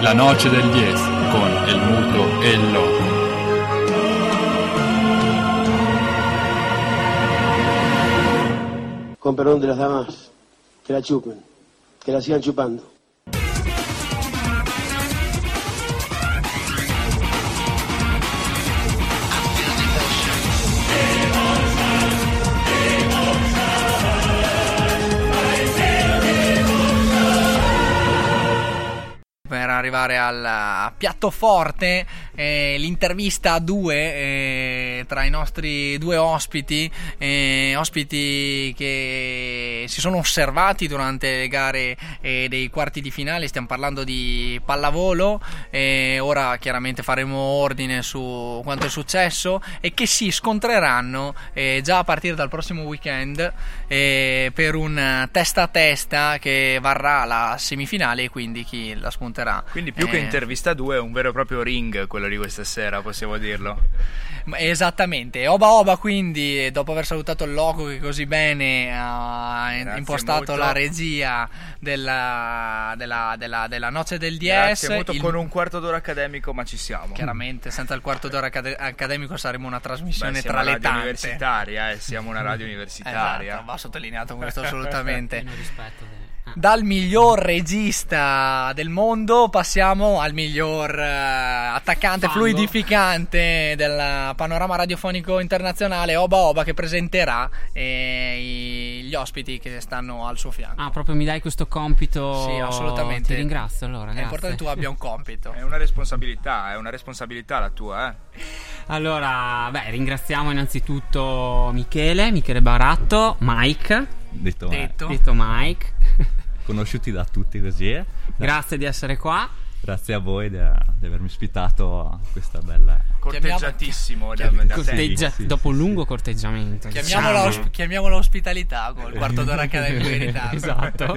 La noche del 10 con el muto e el loco. Con perdón de las damas, que la chupen, que la sigan chupando. Per arrivare al piatto forte, l'intervista a due tra i nostri due ospiti che si sono osservati durante le gare dei quarti di finale. Stiamo parlando di pallavolo, ora chiaramente faremo ordine su quanto è successo e che si scontreranno già a partire dal prossimo weekend per un testa a testa che varrà la semifinale, e quindi chi la spunterà. Quindi più che intervista 2 è un vero e proprio ring quello di questa sera, possiamo dirlo. Esattamente. Oba Oba, quindi dopo aver salutato il loco che così bene ha impostato molto la regia della noce del 10. Grazie molto, con un quarto d'ora accademico, ma ci siamo. Chiaramente senza il quarto d'ora accademico saremo una trasmissione tra le tante. Universitaria, siamo una radio universitaria. Esatto, va sottolineato questo assolutamente. Rispetto Dal miglior regista del mondo passiamo al miglior attaccante fluidificante del panorama radiofonico internazionale, Oba Oba, che presenterà gli ospiti che stanno al suo fianco. Ah, proprio mi dai questo compito? Sì, assolutamente. Ti ringrazio, allora, grazie. È importante che tu abbia un compito. È una responsabilità la tua, Allora, ringraziamo innanzitutto Michele Baratto, Mike, detto Mike. Conosciuti da tutti così. Grazie di essere qua. Grazie a voi di avermi ospitato a questa bella... Corteggiatissimo dopo un lungo corteggiamento. Chiamiamola ospitalità col quarto d'ora accademico in ritardo. Esatto.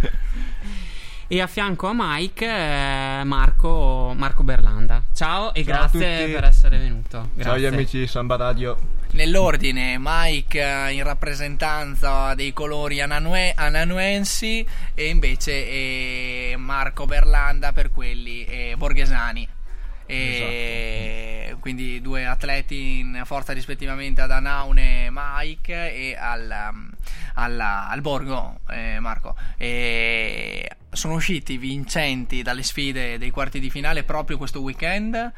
E a fianco a Mike Marco Berlanda. Ciao e grazie per essere venuto. Grazie. Ciao agli amici di Samba Radio. Nell'ordine, Mike in rappresentanza dei colori ananuensi e invece Marco Berlanda per quelli borghesani. Esatto. Quindi due atleti in forza rispettivamente ad Anaune Mike e al Borgo Marco. Sono usciti vincenti dalle sfide dei quarti di finale proprio questo weekend.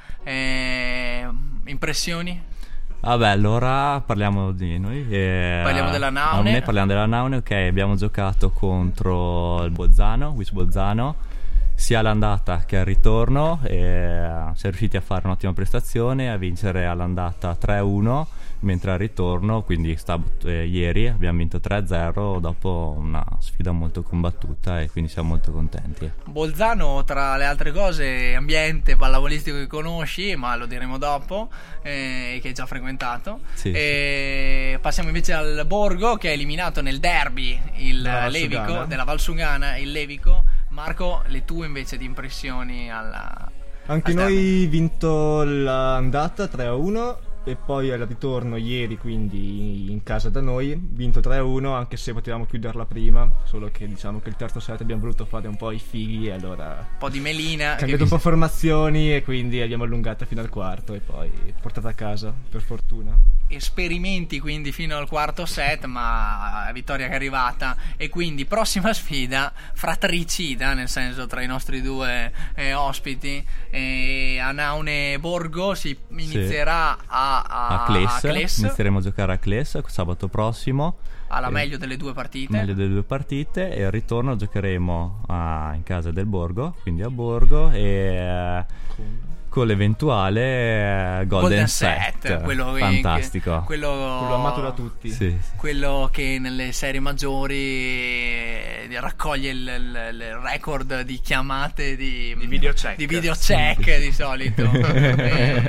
Impressioni? Vabbè, allora parliamo di noi. Parliamo della Naune. Parliamo della Naune, ok. Abbiamo giocato contro il Wish Bolzano, sia all'andata che al ritorno, e siamo riusciti a fare un'ottima prestazione, a vincere all'andata 3-1, mentre al ritorno, quindi ieri, abbiamo vinto 3-0 dopo una sfida molto combattuta, e quindi siamo molto contenti. Bolzano, tra le altre cose, ambiente pallavolistico che conosci, ma lo diremo dopo, che hai già frequentato. Sì. Passiamo invece al Borgo, che ha eliminato nel derby il Levico della Valsugana, il Levico. Marco, le tue invece di impressioni Anche noi vinto l'andata 3-1 e poi al ritorno ieri, quindi in casa da noi, vinto 3-1, anche se potevamo chiuderla prima, solo che diciamo che il terzo set abbiamo voluto fare un po' i fighi e allora un po' di melina, cambiato un po' formazioni e quindi abbiamo allungata fino al quarto e poi portata a casa, per fortuna. Esperimenti quindi fino al quarto set, ma vittoria che è arrivata, e quindi prossima sfida fratricida, nel senso, tra i nostri due ospiti, a Naune Borgo si inizierà a Cles. Inizieremo a giocare a Cles sabato prossimo, alla meglio delle due partite, e al ritorno giocheremo in casa del Borgo, quindi a Borgo, e con l'eventuale Golden Set, quello fantastico, quello amato da tutti, sì. Quello che nelle serie maggiori raccoglie il record di chiamate di videocheck di solito.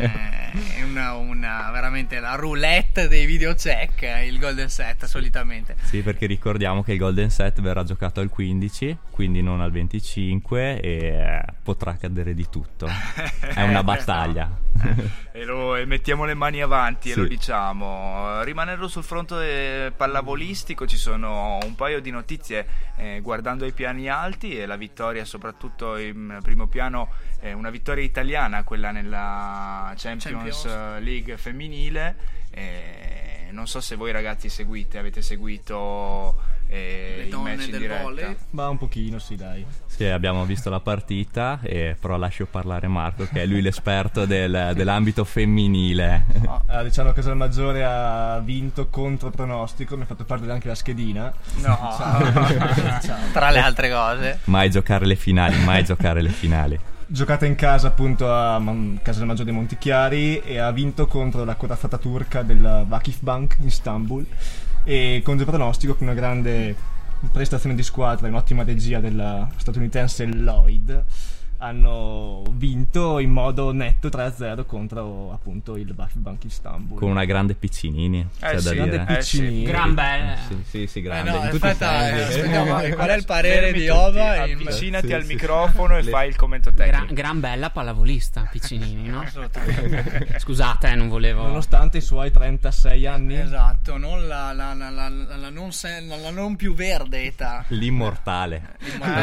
veramente la roulette dei videocheck, il golden set solitamente. Sì, perché ricordiamo che il golden set verrà giocato al 15, quindi non al 25, e potrà accadere di tutto. È una battaglia. E mettiamo le mani avanti, sì, e lo diciamo. Rimanendo sul fronte pallavolistico, ci sono un paio di notizie guardando ai piani alti, e la vittoria soprattutto in primo piano, una vittoria italiana, quella nella Champions League femminile. Non so se voi ragazzi avete seguito le i donne match in del diretta. volley. Ma un pochino, sì, dai. Sì, abbiamo visto la partita, però lascio parlare Marco, che è lui l'esperto dell'ambito femminile. Diciamo che Casalmaggiore ha vinto contro pronostico, mi ha fatto perdere anche la schedina. No. Ciao. Tra le altre cose. Mai giocare le finali. Giocata in casa appunto a Casalmaggiore dei Montichiari, e ha vinto contro la corazzata turca del Vakifbank in Istanbul, e contro pronostico, con una grande prestazione di squadra e un'ottima regia della statunitense Lloyd, hanno vinto in modo netto 3-0 contro appunto il Vakifbank Istanbul. Con una grande Piccinini, c'è da sì, dire. Grande Piccinini. Gran bella. Sì, grande. No, in tutti i sensi. aspettiamo, qual è il parere Fermi di tutti, Ova? avvicinati al microfono e fai il commento tecnico. Gran bella pallavolista Piccinini, no? Assolutamente. Scusate, non volevo. Nonostante i suoi 36 anni. Esatto, non la non più verde età. L'immortale.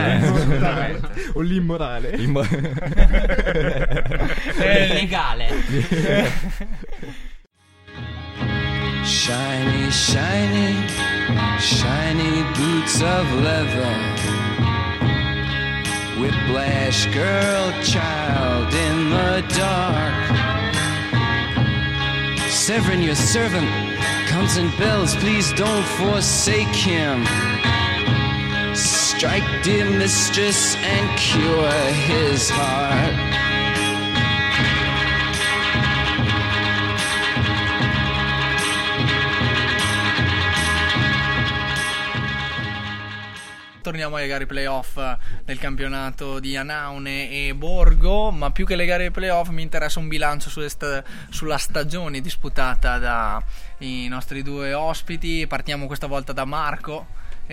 O l'immorale. Illegale. Shiny, shiny, shiny boots of leather. Whiplash girl, child in the dark. Severin, your servant, comes and bells. Please don't forsake him. Strike, dear mistress, and cure his heart. Torniamo alle gare playoff del campionato di Anaune e Borgo, ma più che le gare playoff mi interessa un bilancio sulla stagione disputata dai nostri due ospiti. Partiamo questa volta da Marco.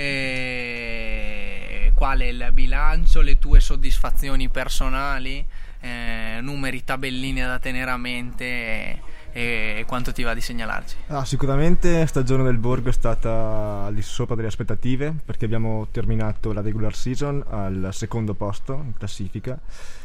Qual è il bilancio, le tue soddisfazioni personali, numeri, tabelline da tenere a mente, e quanto ti va di segnalarci? Sicuramente stagione del Borgo è stata al di sopra delle aspettative, perché abbiamo terminato la regular season al secondo posto in classifica,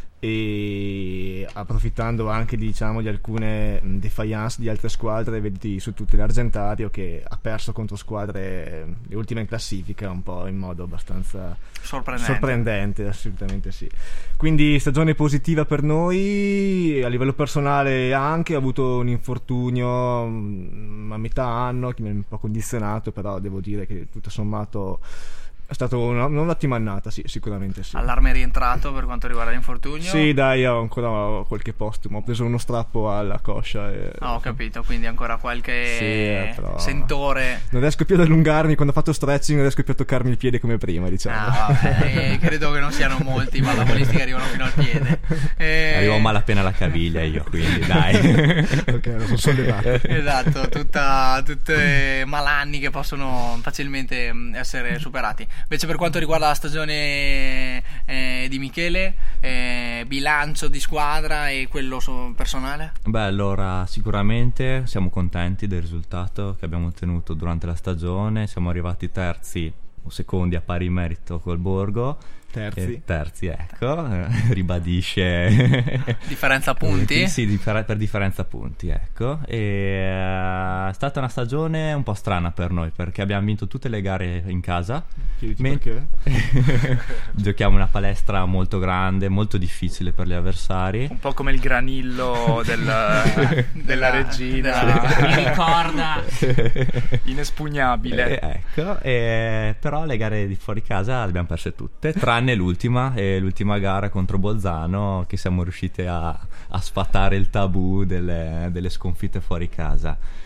e approfittando anche di alcune defiance di altre squadre, vedi su tutte l'Argentario che ha perso contro squadre le ultime in classifica un po' in modo abbastanza sorprendente, assolutamente sì. Quindi stagione positiva per noi, a livello personale anche. Ho avuto un infortunio a metà anno che mi ha un po' condizionato, però devo dire che tutto sommato è stata un'ottima annata, sì, sicuramente sì. Allarme è rientrato per quanto riguarda l'infortunio? Sì, dai, ho ancora qualche postumo. Ho preso uno strappo alla coscia e... ho capito, quindi ancora qualche sentore. Non riesco più ad allungarmi, quando ho fatto stretching non riesco più a toccarmi il piede come prima, diciamo. Vabbè, credo che non siano molti i pallavolisti che arrivano fino al piede. Arrivo a malapena alla caviglia io, quindi dai. Ok, lo sono sollevato. Esatto, tutte malanni che possono facilmente essere superati. Invece per quanto riguarda la stagione di Michele, bilancio di squadra e quello personale? Beh, allora sicuramente siamo contenti del risultato che abbiamo ottenuto durante la stagione. Siamo arrivati terzi o secondi a pari merito col Borgo. Terzi, ecco, ribadisce differenza punti? Sì, per differenza punti, ecco. E è stata una stagione un po' strana per noi, perché abbiamo vinto tutte le gare in casa. Perché? Giochiamo in una palestra molto grande, molto difficile per gli avversari, un po' come il granillo della regina. Mi ricorda inespugnabile. Ecco, però le gare di fuori casa le abbiamo perse tutte, tranne l'ultima gara contro Bolzano, che siamo riusciti a sfatare il tabù delle sconfitte fuori casa.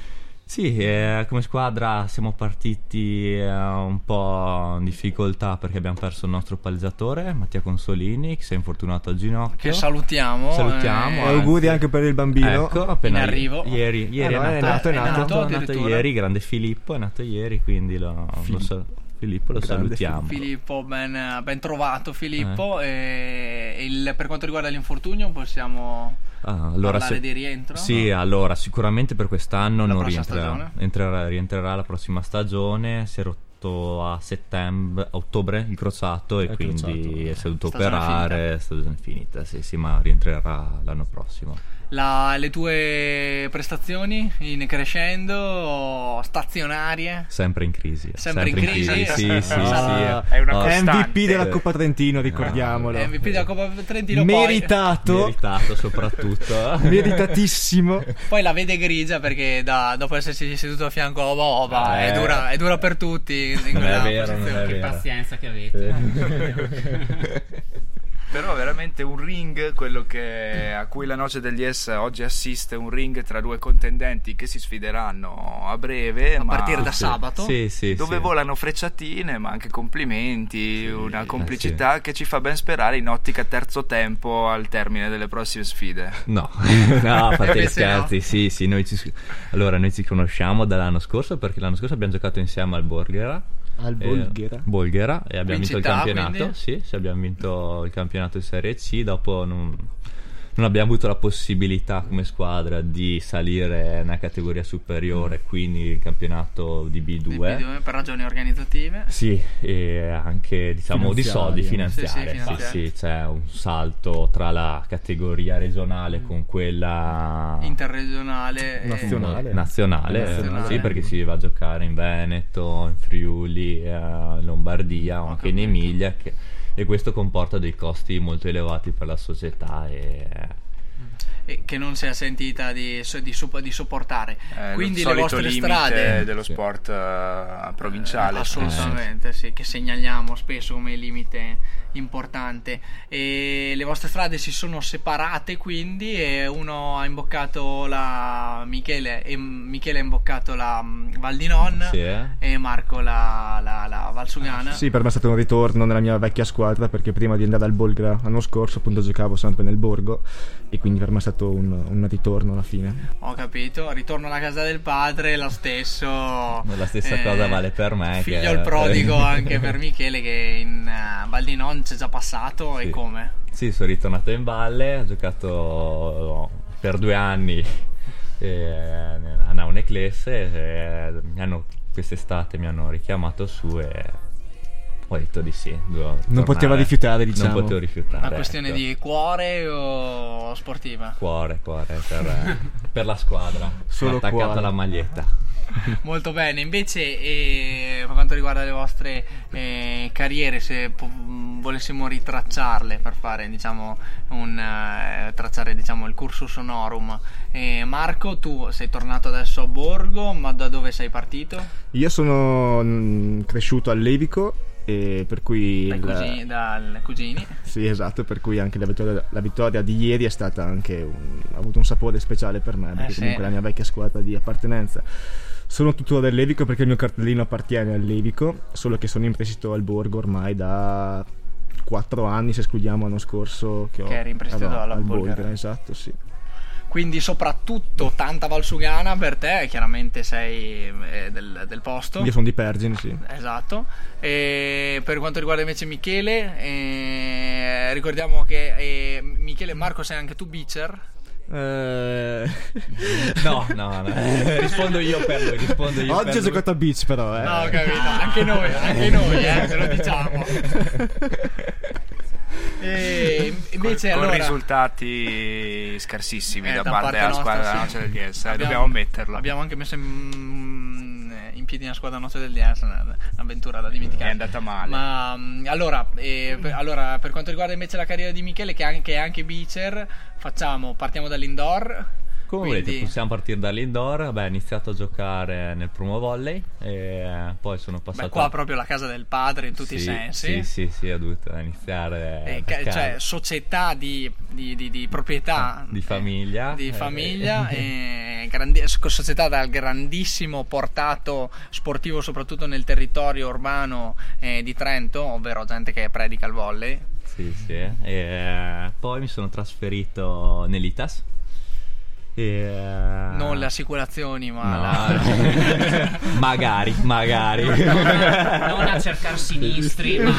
Sì, come squadra siamo partiti un po' in difficoltà perché abbiamo perso il nostro palleggiatore Mattia Consolini, che si è infortunato al ginocchio. Che salutiamo. E auguri anche per il bambino. Ecco, appena in arrivo. Ieri è nato addirittura. grande Filippo, è nato ieri, quindi Filippo lo salutiamo. Filippo, ben trovato Filippo. Per quanto riguarda l'infortunio possiamo parlare di rientro? Sì, allora sicuramente per quest'anno non rientrerà. rientrerà la prossima stagione. Si è rotto a ottobre il crociato e quindi è dovuto operare. Stagione finita, sì, ma rientrerà l'anno prossimo. Le tue prestazioni in crescendo, stazionarie? Sempre in crisi. Sempre in crisi? Sì. È una costante. MVP della Coppa Trentino, ricordiamolo. MVP della Coppa Trentino. Meritato soprattutto. Meritatissimo. Poi la vede grigia perché dopo essersi seduto a fianco a Boba è dura per tutti. Non è vero. Che pazienza che avete. Però veramente un ring, quello a cui la Noce degli Es oggi assiste, un ring tra due contendenti che si sfideranno a breve, a partire da sabato, dove volano frecciatine ma anche complimenti, una complicità che ci fa ben sperare in ottica terzo tempo al termine delle prossime sfide. No, fate gli scherzi. No. Sì, noi ci conosciamo dall'anno scorso, perché l'anno scorso abbiamo giocato insieme al Bolghera e abbiamo vinto il campionato. Quindi? Sì, abbiamo vinto il campionato di Serie C. Dopo non abbiamo avuto la possibilità come squadra di salire nella categoria superiore, quindi il campionato di B2 per ragioni organizzative. Sì, e anche di soldi finanziari. Sì, c'è un salto tra la categoria regionale con quella interregionale nazionale. Sì, perché si va a giocare in Veneto, in Friuli, Lombardia o anche in Emilia, e questo comporta dei costi molto elevati per la società e che non si è sentita di sopportare. Quindi le vostre strade dello sport provinciale, assolutamente sì, che segnaliamo spesso come limite importante. E le vostre strade si sono separate, quindi, e uno ha imboccato Michele ha imboccato la Val di Non, e Marco la Valsugana. Sì, per me è stato un ritorno nella mia vecchia squadra, perché prima di andare al Bolghera l'anno scorso appunto giocavo sempre nel Borgo, e quindi per me è stato un ritorno alla fine. Ho capito, ritorno alla casa del padre, la stessa cosa vale per me, figlio il prodigo anche per Michele, che in Val di Non c'è già passato. E come? Sì, sono ritornato in valle, ho giocato per 2 anni a Nauneclesse, quest'estate mi hanno richiamato su e ho detto di sì. Non poteva rifiutare, diciamo. Non potevo rifiutare. Una questione di cuore o sportiva? Cuore per la squadra. Solo attaccato cuore. alla maglietta. Molto bene. Invece per quanto riguarda le vostre carriere, se volessimo ritracciarle per fare tracciare il cursus honorum, Marco, tu sei tornato adesso a Borgo, ma da dove sei partito? Io sono cresciuto a Levico, e per cui dalle cugini. Sì, esatto, per cui anche la vittoria di ieri è stata anche ha avuto un sapore speciale per me, perché comunque la mia vecchia squadra di appartenenza. Sono tuttora del Levico perché il mio cartellino appartiene al Levico, solo che sono in prestito al Borgo ormai da 4 anni, se escludiamo l'anno scorso che eri in prestito al Bolghera. Esatto, sì. Quindi soprattutto tanta Valsugana per te, chiaramente sei del posto. Io sono di Pergine, sì. Esatto. E per quanto riguarda invece Michele, ricordiamo che Michele e Marco sei anche tu beacher. No. Rispondo io per lui. Oggi ho giocato a beach, però. No, ho capito. Anche noi, te lo diciamo. E invece con allora, risultati scarsissimi da parte della nostra, squadra Noce del DS, dobbiamo ammetterlo. Abbiamo anche messo in piedi una squadra Noce del DS, un'avventura da dimenticare. È andata male. Ma allora, per quanto riguarda invece la carriera di Michele, che è anche beacher, partiamo dall'indoor. Come volete, possiamo partire dall'indoor. Ho iniziato a giocare nel Promo Volley e poi sono passato. Qua proprio la casa del padre in tutti i sensi. Sì, ho dovuto iniziare. Cioè, società di proprietà di famiglia. Di famiglia, società dal grandissimo portato sportivo, soprattutto nel territorio urbano di Trento, ovvero gente che predica il volley. Sì. E poi mi sono trasferito nell'ITAS. Non le assicurazioni, ma no. magari non a cercare sinistri, ma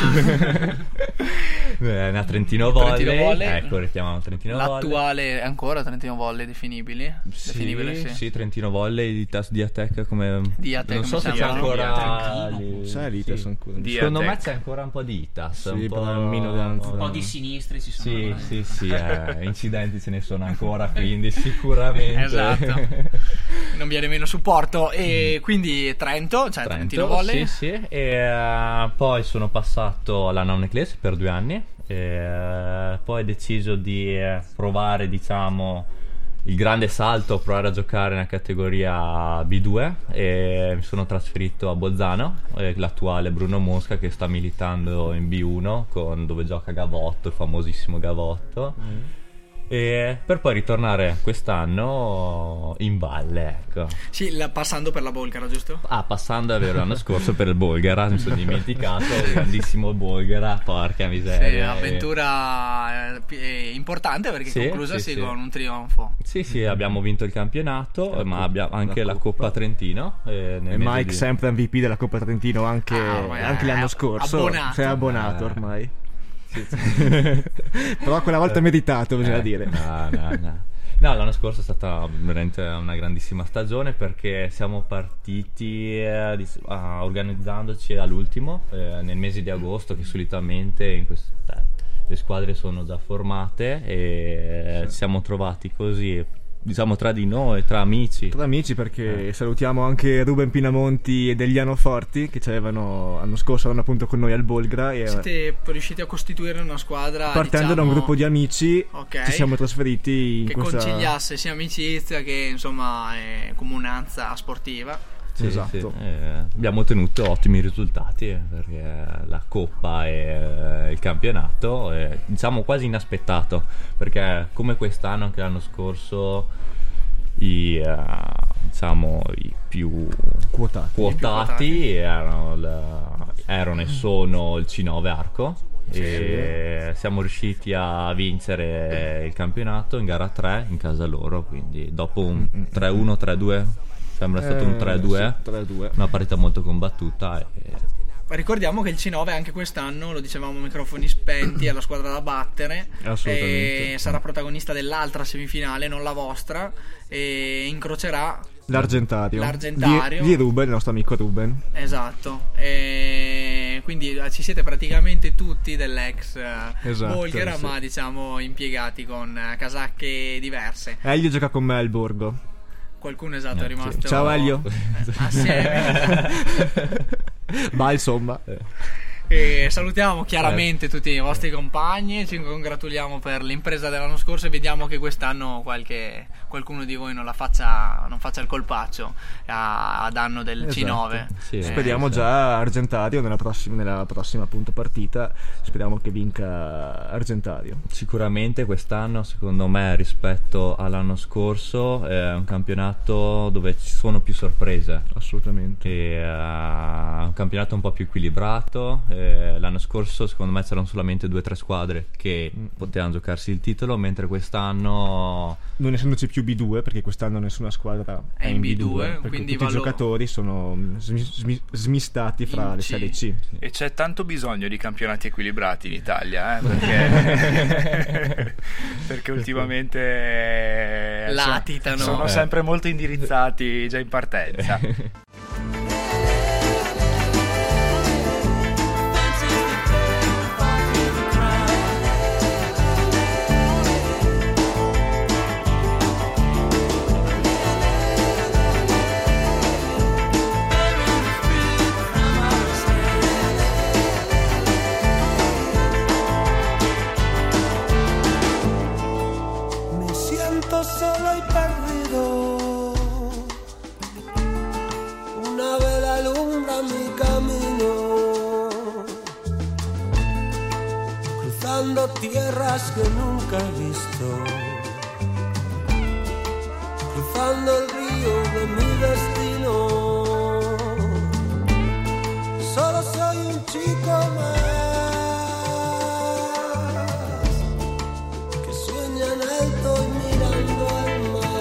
a Trentino Volley. Ecco, richiamiamo Trentino Volley. L'attuale è ancora Trentino Volley definibile? Sì, Trentino Volley di Diatec, come Diatec, non so se c'è ancora c'è l'ITAS ancora. Secondo me c'è ancora un po' di ITAS, un po' di sinistri ci sono. Sì, incidenti ce ne sono ancora, quindi sicuramente. Esatto. Non viene meno supporto. E quindi Trento, cioè Trentino Volley. Sì. E poi sono passato alla Naunecles per 2 anni. E poi ho deciso di provare, diciamo, il grande salto, provare a giocare nella categoria B2, e mi sono trasferito a Bolzano, l'attuale Bruno Mosca, che sta militando in B1 dove gioca Gavotto, il famosissimo Gavotto. E per poi ritornare quest'anno in valle, ecco. Sì, passando per la Bolgara, giusto? Passando è vero, l'anno scorso per il Bolgara, mi sono dimenticato, il grandissimo Bolgara, porca miseria. Sì, avventura importante, perché conclusasi con un trionfo. Sì, abbiamo vinto il campionato, ma abbiamo anche la Coppa Trentino. E Mike sempre MVP della Coppa Trentino anche l'anno scorso. Sei abbonato ormai. Però quella volta meritato, bisogna dire. No, l'anno scorso è stata veramente una grandissima stagione, perché siamo partiti organizzandoci all'ultimo nel mese di agosto, che solitamente le squadre sono già formate, e ci siamo trovati così, diciamo, tra di noi, tra amici, perché salutiamo anche Ruben Pinamonti ed Eliano Forti, che avevano l'anno scorso, erano appunto con noi al Bolgra, e siete riusciti a costituire una squadra partendo da un gruppo di amici. Ci siamo trasferiti in questa... conciliasse sia amicizia che, insomma, comunanza sportiva. Sì, esatto. Abbiamo ottenuto ottimi risultati, perché la Coppa e il campionato è, diciamo, quasi inaspettato, perché come quest'anno, anche l'anno scorso, i più quotati erano e sono il C9 Arco. E siamo riusciti a vincere il campionato in gara 3 in casa loro, quindi dopo un 3-1, 3-2, sembra stato un 3-2, una partita molto combattuta. Ricordiamo che il C9 anche quest'anno, lo dicevamo a microfoni spenti, è la squadra da battere. Assolutamente. E sarà protagonista dell'altra semifinale, non la vostra, e incrocerà l'Argentario di Ruben, il nostro amico Ruben. Esatto. E quindi ci siete praticamente tutti dell'ex Bolgara, ma diciamo impiegati con casacche diverse. Elio gioca con me al Borgo. Qualcuno è rimasto. Ciao Elio. Assieme. Ma insomma. E salutiamo chiaramente tutti i vostri compagni, ci congratuliamo per l'impresa dell'anno scorso e vediamo che quest'anno qualcuno di voi non faccia il colpaccio a danno del C9. Sì, speriamo già Argentario nella prossima appunto partita, speriamo che vinca Argentario. Sicuramente quest'anno, secondo me, rispetto all'anno scorso, è un campionato dove ci sono più sorprese. Assolutamente. Un campionato un po' più equilibrato. L'anno scorso secondo me c'erano solamente 2 o 3 squadre che potevano giocarsi il titolo, mentre quest'anno, non essendoci più B2, perché quest'anno nessuna squadra è in B2, quindi tutti i giocatori sono smistati fra le serie C. E c'è tanto bisogno di campionati equilibrati in Italia, perché ultimamente latitano, sono sempre molto indirizzati già in partenza. Solo y perdido, una vela alumbra mi camino, cruzando tierras que nunca he visto, cruzando el río vacío de mi destino. Solo soy un chico más que sueña en alto y mirando al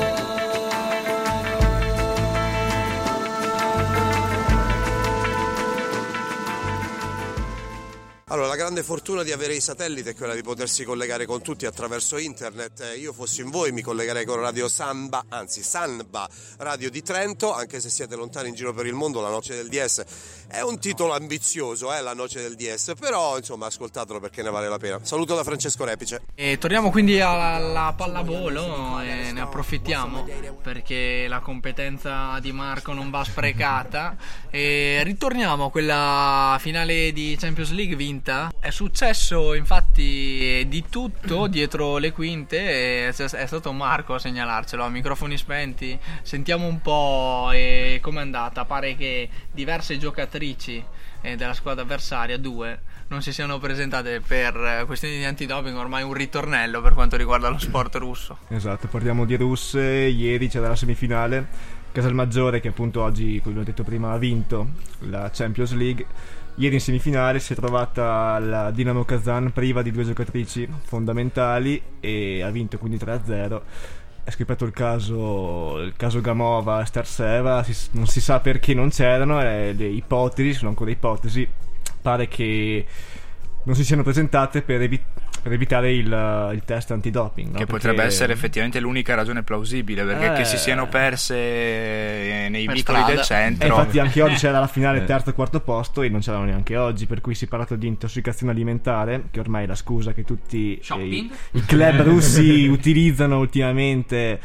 Allora, la grande fortuna di avere i satelliti è quella di potersi collegare con tutti attraverso internet. Io fossi in voi mi collegherei con Radio Samba, anzi Sanba Radio di Trento, anche se siete lontani in giro per il mondo. La noce del DS è un titolo ambizioso, la noce del DS, però insomma ascoltatelo perché ne vale la pena. Saluto da Francesco Repice. E torniamo quindi alla pallavolo e ne approfittiamo perché la competenza di Marco non va sprecata e ritorniamo a quella finale di Champions League vinta. È successo infatti di tutto dietro le quinte e è stato Marco a segnalarcelo a microfoni spenti. Sentiamo un po' com'è andata. Pare che diverse giocatrici della squadra avversaria, 2, non si siano presentate per questioni di antidoping, ormai un ritornello per quanto riguarda lo sport russo. Esatto, parliamo di russe. Ieri c'era la semifinale, Casalmaggiore, che appunto oggi, come ho detto prima, ha vinto la Champions League. Ieri in semifinale si è trovata la Dinamo Kazan priva di 2 giocatrici fondamentali e ha vinto quindi 3-0. È scoperto il caso Gamova e Starseva, non si sa perché non c'erano, le ipotesi, sono ancora ipotesi, pare che non si siano presentate per evitare il test antidoping, no? Che potrebbe essere effettivamente l'unica ragione plausibile, perché che si siano perse nei vicoli del centro. Infatti anche oggi c'era la finale terzo e quarto posto e non c'erano neanche oggi, per cui si è parlato di intossicazione alimentare, che ormai è la scusa che tutti i club russi utilizzano ultimamente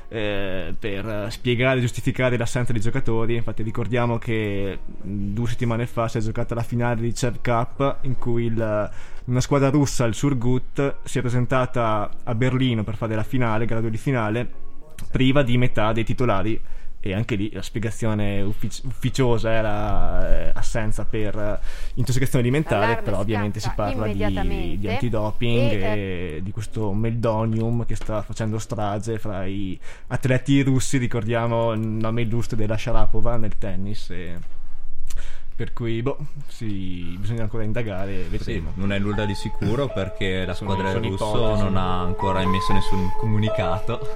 per spiegare e giustificare l'assenza di giocatori. Infatti ricordiamo che 2 settimane fa si è giocata la finale di CEV Cup in cui una squadra russa, il Surgut, si è presentata a Berlino per fare la finale, grado di finale, priva di metà dei titolari, e anche lì la spiegazione ufficiosa era assenza per intossicazione alimentare. L'allarme però ovviamente si parla di antidoping e di questo meldonium che sta facendo strage fra i atleti russi. Ricordiamo il nome illustre della Sharapova nel tennis, per cui bisogna ancora indagare, vedremo. Sì, non è nulla di sicuro perché la squadra del russo non ha ancora emesso nessun comunicato.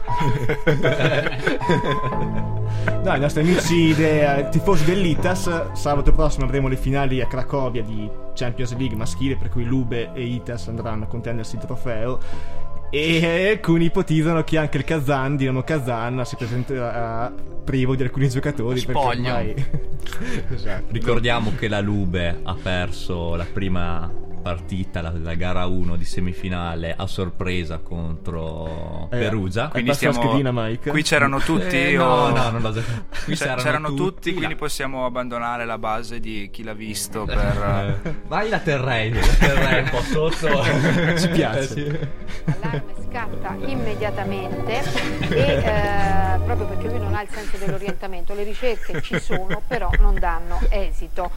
Dai, i nostri amici tifosi dell'Itas, sabato prossimo avremo le finali a Cracovia di Champions League maschile, per cui Lube e Itas andranno a contendersi il trofeo. E alcuni ipotizzano che anche il Kazan, Dinamo Kazan, si presenterà privo di alcuni giocatori. Spoglio. Esatto. Ricordiamo che la Lube ha perso la prima partita, la gara 1 di semifinale a sorpresa contro Perugia. Quindi qui c'erano tutti no, non l'ho già. Qui c'erano tutti, quindi possiamo abbandonare la base di chi l'ha visto per vai la terrei un po' sotto. Ci piace. L'allarme scatta immediatamente e proprio perché lui non ha il senso dell'orientamento, le ricerche ci sono però non danno esito.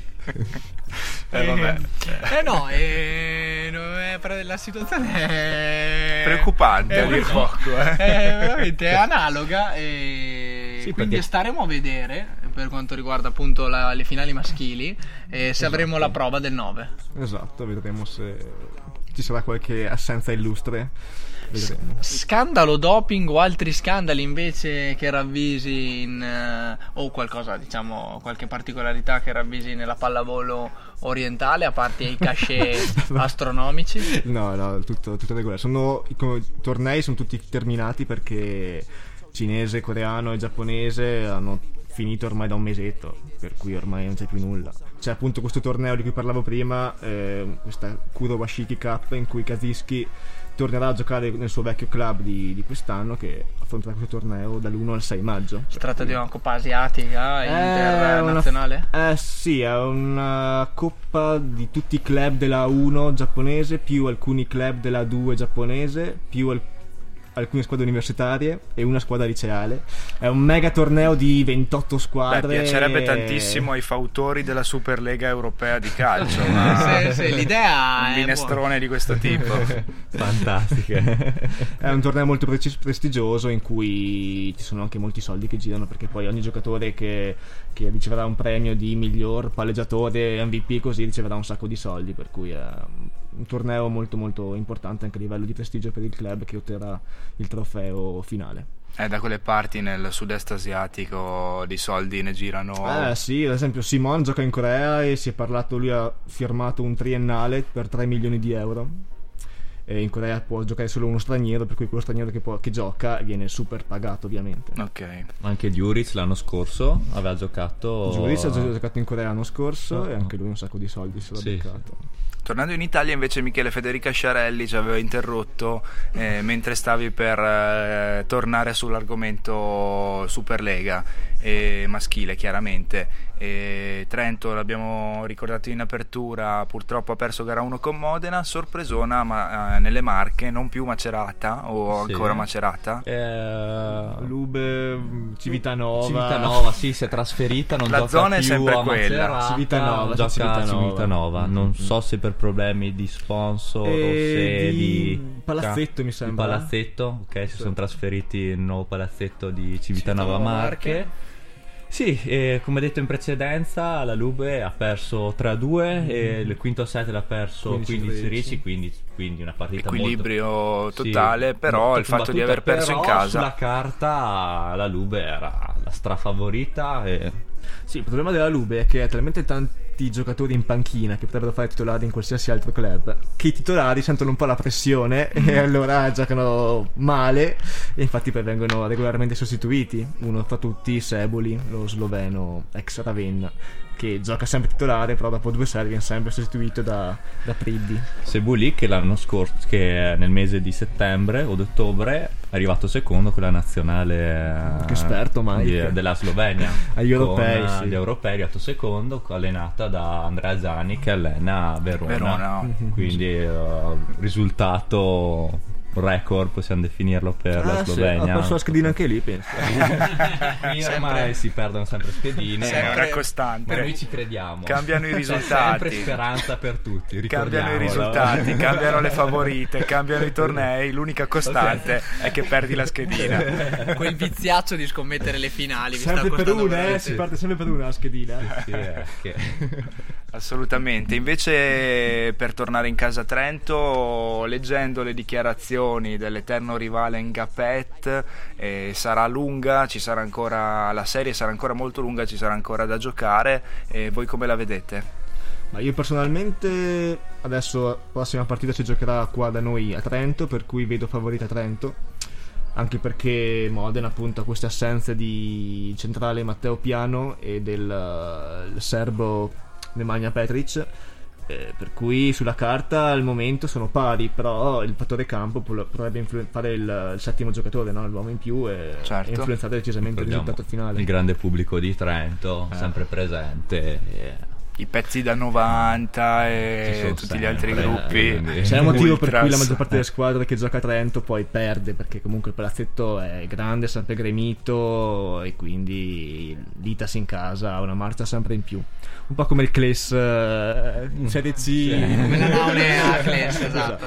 La situazione è preoccupante, è veramente analoga e sì, quindi perché staremo a vedere per quanto riguarda appunto le finali maschili se avremo la prova del 9. Esatto, vedremo se ci sarà qualche assenza illustre. Scandalo doping o altri scandali invece che ravvisi o qualcosa, diciamo, qualche particolarità che ravvisi nella pallavolo orientale, a parte i cachet astronomici? No, tutto regolare. I tornei sono tutti terminati perché cinese, coreano e giapponese hanno finito ormai da un mesetto, per cui ormai non c'è più nulla. C'è appunto questo torneo di cui parlavo prima, questa Kuro Washiki Cup, in cui Kaziski tornerà a giocare nel suo vecchio club di quest'anno, che affronterà questo torneo dall'1 al 6 maggio. Si tratta di una coppa asiatica internazionale? Sì, è una coppa di tutti i club della 1 giapponese più alcuni club della 2 giapponese più alcune squadre universitarie e una squadra liceale. È un mega torneo di 28 squadre. Piacerebbe tantissimo ai fautori della Superlega Europea di calcio, ma sì, l'idea un è minestrone di questo tipo. Fantastiche. È un torneo molto prestigioso in cui ci sono anche molti soldi che girano, perché poi ogni giocatore che riceverà un premio di miglior palleggiatore, MVP, così riceverà un sacco di soldi, per cui è un torneo molto molto importante anche a livello di prestigio per il club che otterrà il trofeo finale. Da quelle parti nel sud-est asiatico di soldi ne girano. Sì, ad esempio Simon gioca in Corea e si è parlato, lui ha firmato un triennale per 3 milioni di euro. E in Corea può giocare solo uno straniero, per cui quello straniero che gioca viene super pagato, ovviamente. Ok. Anche Djuric l'anno scorso aveva giocato. Djuric ha giocato in Corea l'anno scorso e anche lui un sacco di soldi se l'ha beccato. Tornando in Italia invece Michele Federica Sciarelli ci aveva interrotto mentre stavi per tornare sull'argomento Superlega maschile, chiaramente. Trento, l'abbiamo ricordato in apertura, purtroppo ha perso gara 1 con Modena, sorpresona ma nelle Marche, non più Macerata o ancora Macerata? Lube, Civitanova sì, si è trasferita, non la gioca zona più è sempre a quella. Civitanova, gioca a Civitanova. Non so se per problemi di sponsor o se di palazzetto, mi sembra. Di palazzetto, ok, si sono trasferiti nel nuovo palazzetto di Civitanova Marche. Sì, come detto in precedenza, la Lube ha perso 3-2 e il quinto set l'ha perso 15-13, quindi una partita equilibrio molto totale, però il fatto di aver perso in casa, sulla carta la Lube era la strafavorita. Sì, il problema della Lube è che ha talmente tanti giocatori in panchina che potrebbero fare titolari in qualsiasi altro club, che i titolari sentono un po' la pressione e allora giocano male, e infatti poi vengono regolarmente sostituiti. Uno fra tutti, Seboli, lo sloveno ex Ravenna, che gioca sempre titolare, però dopo 2 serve viene sempre sostituito da Priddi. Seboli che l'anno scorso, che nel mese di settembre o d'ottobre è arrivato secondo con la nazionale che esperto della Slovenia agli europei, agli europei è arrivato secondo, allenata da Andrea Zani che allena Verona. Quindi risultato record, possiamo definirlo, per la Slovenia. Sì, ha perso la schedina anche lì, penso. Ormai si perdono sempre schedine, sempre costante. Ma noi ci crediamo. Cambiano i risultati. C'è sempre speranza per tutti. Cambiano i risultati, cambiano le favorite, cambiano i tornei. L'unica costante è che perdi la schedina. Quel viziaccio di scommettere le finali. Sempre per una, si parte sempre per una la schedina. Assolutamente. Invece, per tornare in casa Trento, leggendo le dichiarazioni dell'eterno rivale Ngapet, sarà lunga, ci sarà ancora, la serie sarà ancora molto lunga, ci sarà ancora da giocare. Voi come la vedete? Ma io personalmente adesso la prossima partita si giocherà qua da noi a Trento, per cui vedo favorita Trento, anche perché Modena appunto ha queste assenze di centrale Matteo Piano e del serbo Nemanja Petric, per cui sulla carta al momento sono pari, però il fattore campo potrebbe fare il settimo giocatore, no? L'uomo in più, e influenzare decisamente il risultato finale. Il grande pubblico di Trento sempre presente, i pezzi da 90 e tutti gli altri gruppi. C'è un motivo per cui la maggior parte delle squadre che gioca a Trento poi perde, perché comunque il palazzetto è grande, sempre gremito, e quindi l'Itas in casa ha una marcia sempre in più, un po' come il Cles Serie C, come la Naunea Cles, esatto.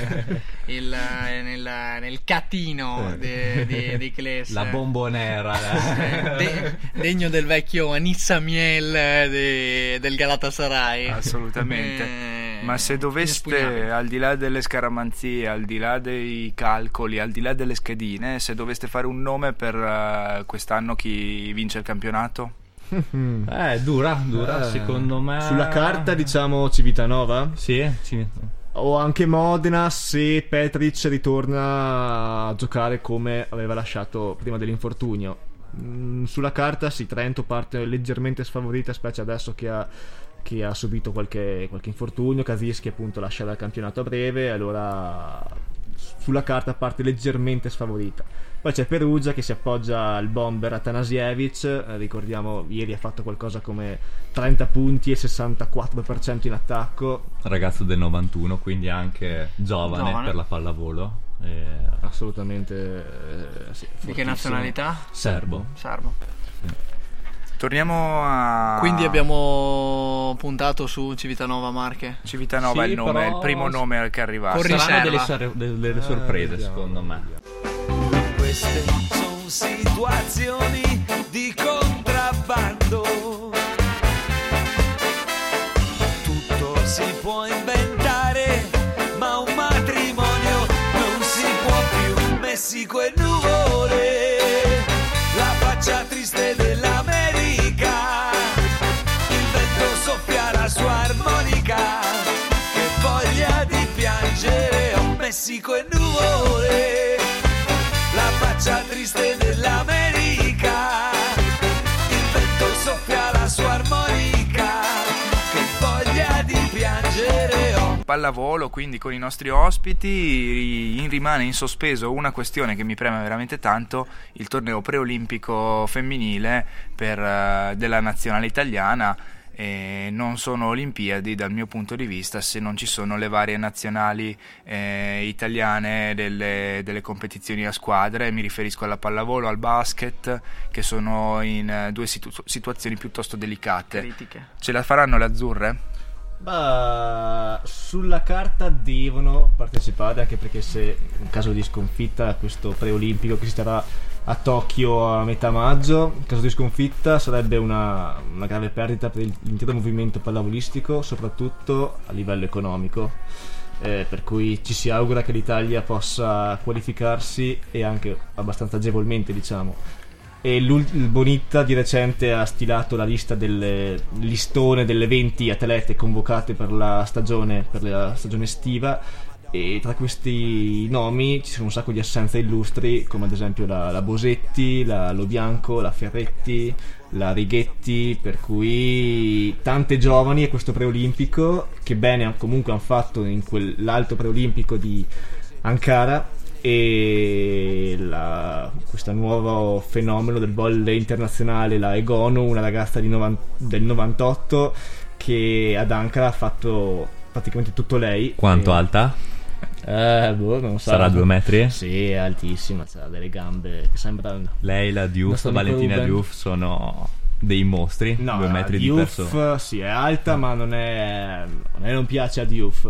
Nel catino di Cles, la bombonera degno del vecchio Anissa Miel del Galatasaray. Assolutamente. Ma se doveste, al di là delle scaramanzie, al di là dei calcoli, al di là delle schedine, se doveste fare un nome per quest'anno, chi vince il campionato? Dura, secondo me. Sulla carta diciamo Civitanova? Sì. O anche Modena, se Petric ritorna a giocare come aveva lasciato prima dell'infortunio. Sulla carta sì, Trento parte leggermente sfavorita, specie adesso che ha subito qualche infortunio. Kazischi appunto lascerà il campionato a breve, allora sulla carta parte leggermente sfavorita. Poi c'è Perugia che si appoggia al bomber Atanasiewicz, ricordiamo ieri ha fatto qualcosa come 30 punti e 64% in attacco. Ragazzo del 91, quindi anche giovane. Per la pallavolo. Assolutamente sì, di che nazionalità? Serbo. Sì. Torniamo a... Quindi abbiamo puntato su Civitanova Marche. Civitanova Sì, è il nome, però... il primo nome che arriva. Con riserva. Saranno delle sorprese, secondo me. Queste sono situazioni di contrabbando. Tutto si può inventare, ma un matrimonio non si può più. Messico e nuvole, la faccia triste dell'America, il vento soffia la sua armonica, che voglia di piangere. Oh, Messico e nuvole, la faccia triste dell'America, il vento soffia la sua armonica, che voglia di piangere. Oh. Pallavolo, quindi con i nostri ospiti rimane in sospeso una questione che mi preme veramente tanto: il torneo preolimpico femminile della nazionale italiana. E non sono Olimpiadi dal mio punto di vista se non ci sono le varie nazionali italiane delle competizioni a squadre. Mi riferisco alla pallavolo, al basket, che sono in due situazioni piuttosto delicate. Critiche. Ce la faranno le azzurre? Sulla carta devono partecipare, anche perché se in caso di sconfitta a questo preolimpico che si terrà a Tokyo a metà maggio, in caso di sconfitta sarebbe una grave perdita per l'intero movimento pallavolistico, soprattutto a livello economico, per cui ci si augura che l'Italia possa qualificarsi, e anche abbastanza agevolmente, diciamo. E il Bonita di recente ha stilato la lista del listone delle 20 atlete convocate per la stagione estiva, e tra questi nomi ci sono un sacco di assenze illustri, come ad esempio la Bosetti, la Lobianco, la Ferretti, la Righetti, per cui tante giovani. E questo preolimpico, che bene comunque hanno fatto in quell'alto preolimpico di Ankara, e questo nuovo fenomeno del volley internazionale, la Egonu, una ragazza del 98 che ad Ankara ha fatto praticamente tutto lei. Quanto alta? Non so. Sarà 2 metri? Sì, è altissima, ha delle gambe che sembrano... Lei, la Diouf, Valentina Diouf sono dei mostri. No, 2 metri Diouf, di persona. sì, è alta, ma non piace a Diouf.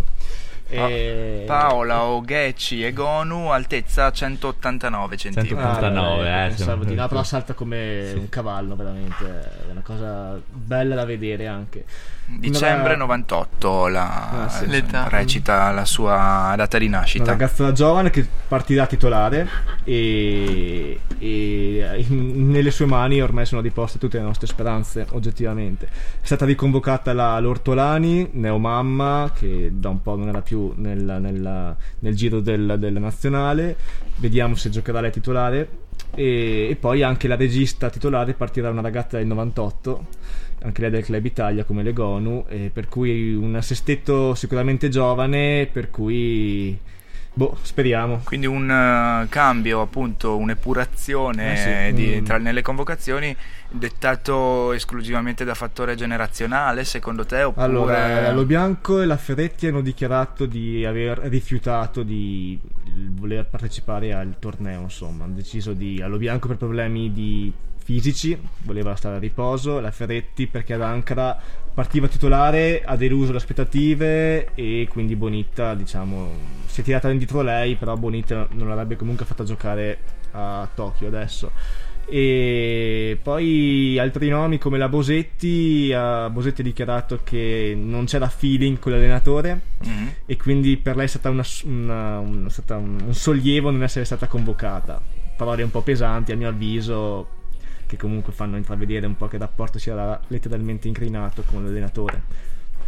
Paola Oghecci e Gonu, altezza 189 cm. 189, però salta come un cavallo, veramente. È una cosa bella da vedere anche. Dicembre 98 recita la sua data di nascita. Una ragazza giovane che partirà titolare, e nelle sue mani ormai sono riposte tutte le nostre speranze, oggettivamente. È stata riconvocata l'Ortolani, neomamma, che da un po' non era più nel giro della nazionale. Vediamo se giocherà lei titolare. E poi anche la regista titolare partirà una ragazza del 98, anche lei del Club Italia come Legonu, per cui un sestetto sicuramente giovane, per cui speriamo. Quindi un cambio, appunto, un'epurazione nelle convocazioni, dettato esclusivamente da fattore generazionale, secondo te? Oppure... Allora, Lo Bianco e la Ferretti hanno dichiarato di aver rifiutato di voler partecipare al torneo, insomma. Hanno deciso Lo Bianco per problemi fisici, voleva stare a riposo, la Ferretti perché ad Ankara partiva titolare, ha deluso le aspettative, e quindi Bonita, diciamo, si è tirata indietro lei, però Bonita non l'avrebbe comunque fatta giocare a Tokyo adesso. E poi altri nomi come la Bosetti ha dichiarato che non c'era feeling con l'allenatore, e quindi per lei è stata un sollievo non essere stata convocata. Parole un po' pesanti, a mio avviso, che comunque fanno intravedere un po' che il rapporto sia letteralmente incrinato con l'allenatore.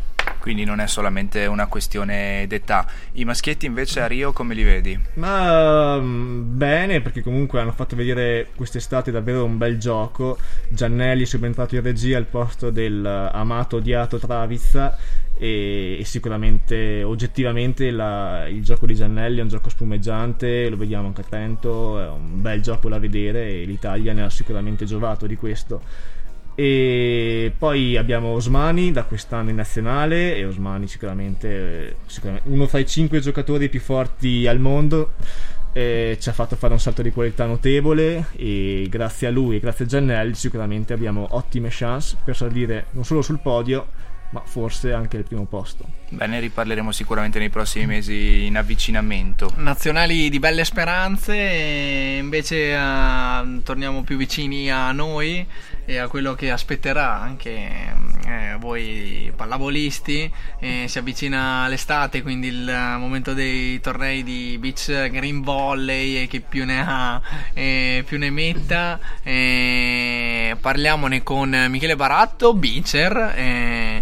quindi non è solamente una questione d'età. I maschietti invece a Rio come li vedi? Ma bene, perché comunque hanno fatto vedere quest'estate davvero un bel gioco. Giannelli è subentrato in regia al posto del amato odiato Travizza, e sicuramente oggettivamente il gioco di Giannelli è un gioco spumeggiante, lo vediamo anche a Trento, è un bel gioco da vedere e l'Italia ne ha sicuramente giovato di questo. E poi abbiamo Osmani da quest'anno in nazionale, e Osmani sicuramente uno fra i 5 giocatori più forti al mondo. Ci ha fatto fare un salto di qualità notevole, e grazie a lui e grazie a Giannelli sicuramente abbiamo ottime chance per salire non solo sul podio, ma forse anche al primo posto. Bene, riparleremo sicuramente nei prossimi mesi in avvicinamento. Nazionali di belle speranze, e invece torniamo più vicini a noi e a quello che aspetterà anche voi pallavolisti. Si avvicina l'estate, quindi il momento dei tornei di beach green volley, e chi più ne ha più ne metta. Parliamone con Michele Baratto, beacher,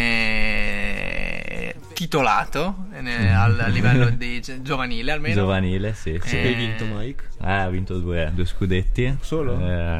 titolato a livello di giovanile almeno. Giovanile, sì. Che hai vinto, Mike? Ha vinto due scudetti. Solo?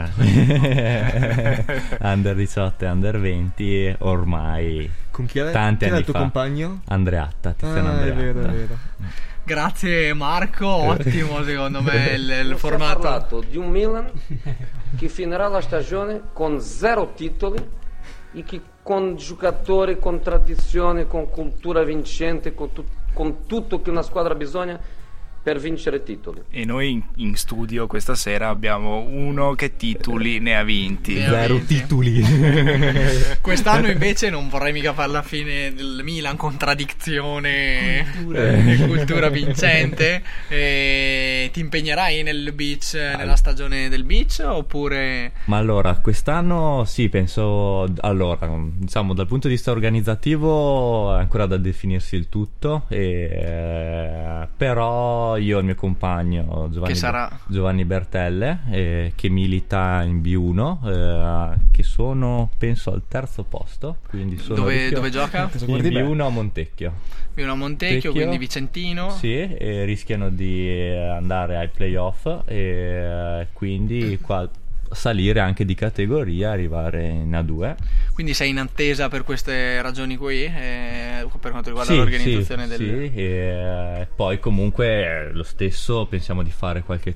Under 18 e Under 20 ormai. Con chi era? Tanti Chi era anni il tuo fa. compagno? Andreatta, Tiziano Andreatta. È vero. Grazie Marco, ottimo secondo me il formato. Si è parlato di un Milan che finirà la stagione con 0 titoli e che con giocatori, con tradizione, con cultura vincente, con tutto che una squadra ha bisogno per vincere titoli. E noi in studio questa sera abbiamo uno che titoli ne ha vinti. 0 titoli. Quest'anno invece non vorrei mica fare la fine del Milan, contraddizione e cultura vincente. Ti impegnerai nel beach, nella stagione del beach, oppure? Ma allora, quest'anno sì, penso. Allora, diciamo, dal punto di vista organizzativo è ancora da definirsi il tutto, però io e il mio compagno Giovanni Bertelle, che milita in B1, che sono penso al terzo posto, quindi sono dove gioca? In B1 a Montecchio. B1 a Montecchio, quindi Vicentino. Sì, e rischiano di andare ai playoff, e quindi qua salire anche di categoria, arrivare in A2. Quindi sei in attesa per queste ragioni qui, per quanto riguarda l'organizzazione del... Sì, e poi comunque lo stesso pensiamo di fare qualche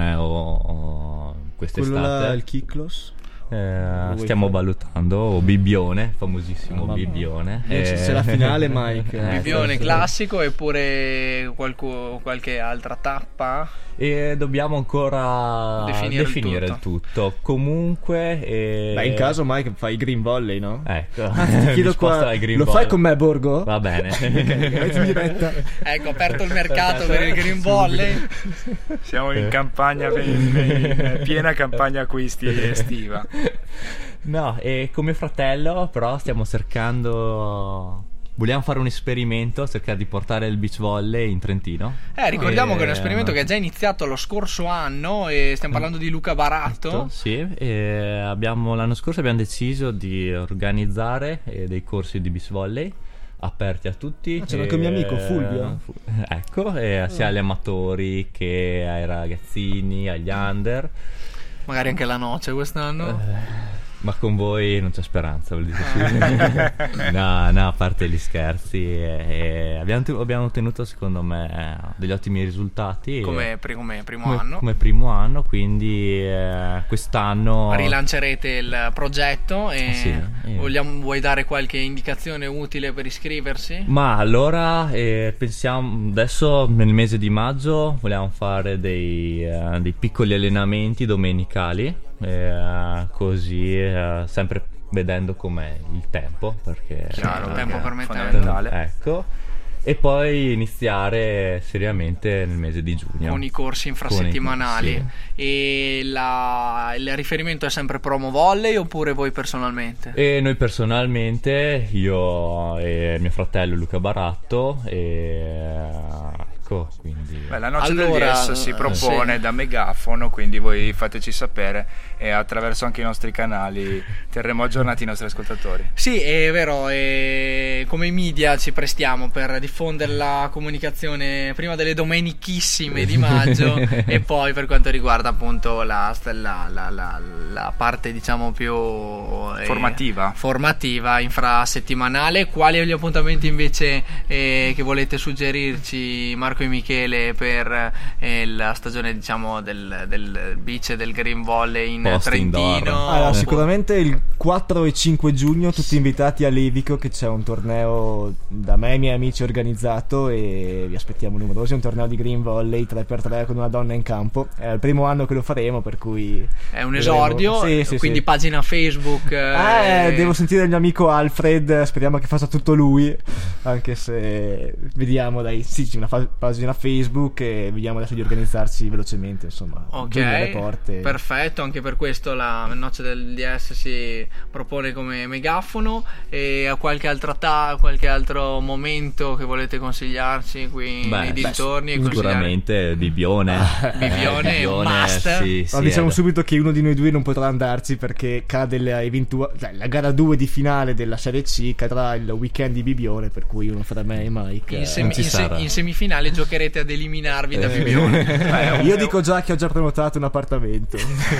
torneo quest'estate. Quello là, il Kiklos? Stiamo valutando Bibbione, famosissimo Bibbione. C'è la finale, Mike. Bibbione classico, eppure qualche altra tappa? E dobbiamo ancora definire il tutto. Comunque in caso Mike fai i green volley, no? Ecco. Ti chiedo qua, lo fai con me, Borgo? Va bene. Ecco, aperto il mercato per il green volley. Siamo in campagna, in piena campagna acquisti estiva. No, e come fratello però stiamo cercando... Vogliamo fare un esperimento, cercare di portare il beach volley in Trentino. Ricordiamo che è un esperimento che è già iniziato lo scorso anno, e stiamo parlando di Luca Baratto. Sì, l'anno scorso abbiamo deciso di organizzare dei corsi di beach volley aperti a tutti. C'era anche un mio amico Fulvio. Ecco, sia agli amatori che ai ragazzini, agli under. Magari anche la noce quest'anno. Ma con voi non c'è speranza, vuol dire sì. No, a parte gli scherzi, abbiamo ottenuto secondo me degli ottimi risultati come primo anno. Come primo anno, quindi quest'anno rilancerete il progetto e vuoi dare qualche indicazione utile per iscriversi? Ma allora pensiamo adesso nel mese di maggio vogliamo fare dei piccoli allenamenti domenicali, così sempre vedendo com'è il tempo, perché chiaro, il tempo permettendo, ecco, e poi iniziare seriamente nel mese di giugno con i corsi infrasettimanali. E il riferimento è sempre Promo Volley, oppure voi personalmente? E noi personalmente, io e mio fratello Luca Baratto, Marco, quindi... Beh, la noce del 10 si propone da megafono, quindi voi fateci sapere e attraverso anche i nostri canali terremo aggiornati i nostri ascoltatori. Sì, è vero, come media ci prestiamo per diffondere la comunicazione prima delle domenichissime di maggio e poi per quanto riguarda appunto la parte diciamo più formativa infrasettimanale. Quali gli appuntamenti invece che volete suggerirci, Marco e Michele, per la stagione diciamo del beach e del green volley in Trentino? Allora, sicuramente il 4 e 5 giugno tutti invitati a Levico, che c'è un torneo da me e i miei amici organizzato e vi aspettiamo numerosi. È un torneo di green volley 3x3 con una donna in campo. È il primo anno che lo faremo, per cui è un esordio. Quindi pagina Facebook. Devo sentire il mio amico Alfred, speriamo che faccia tutto lui, anche se vediamo, dai, sì, c'è una pagina Facebook e vediamo adesso di organizzarci velocemente, insomma. Ok, perfetto, anche per questo la noce del DS si propone come megafono. E a qualche altro momento che volete consigliarci qui nei dintorni? Sicuramente Bibbione. Bibbione must. Diciamo subito che uno di noi due non potrà andarci perché cade la gara 2 di finale della Serie C, cadrà il weekend di Bibbione, per cui uno fra me e Mike in semifinale giocherete ad eliminarvi da Bibbione. Io dico già che ho già prenotato un appartamento.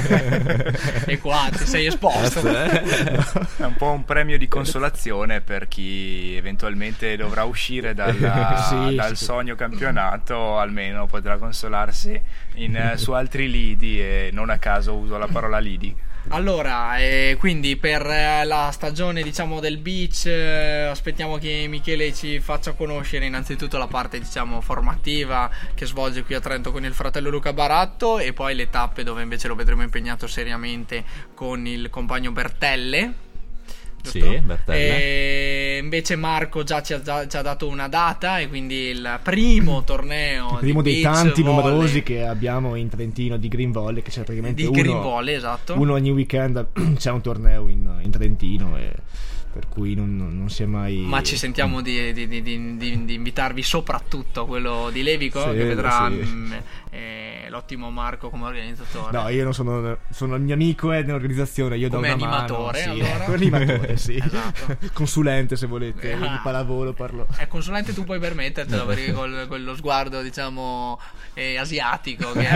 E qua ti sei esposto. È un po' un premio di consolazione per chi eventualmente dovrà uscire dal sogno campionato, almeno potrà consolarsi su altri lidi, e non a caso uso la parola lidi. Allora, quindi per la stagione diciamo del beach aspettiamo che Michele ci faccia conoscere innanzitutto la parte diciamo formativa che svolge qui a Trento con il fratello Luca Baratto, e poi le tappe dove invece lo vedremo impegnato seriamente con il compagno Bertelle. Sì, Bertelle. E invece Marco già ci ha dato una data, e quindi il primo torneo, il primo dei tanti volley numerosi che abbiamo in Trentino di green volley, che c'è praticamente green volley, esatto. Uno ogni weekend c'è un torneo in Trentino, e per cui non si è mai... Ma ci sentiamo di invitarvi soprattutto a quello di Levico, che vedrà l'ottimo Marco come organizzatore. No, io non sono il mio amico nell'organizzazione, io come do una animatore, mano, allora? Come animatore, sì. Esatto. Consulente, se volete, di pallavolo parlo. Consulente tu puoi permettertelo, perché con lo sguardo diciamo asiatico che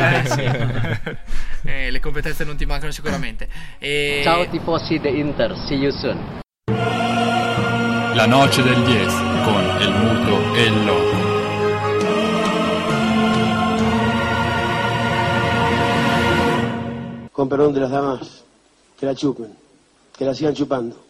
le competenze non ti mancano sicuramente. Ciao tifosi di Inter, see you soon. La noce del 10 con el muto e el loco. Con perdón de las damas, que la chupen, que la sigan chupando.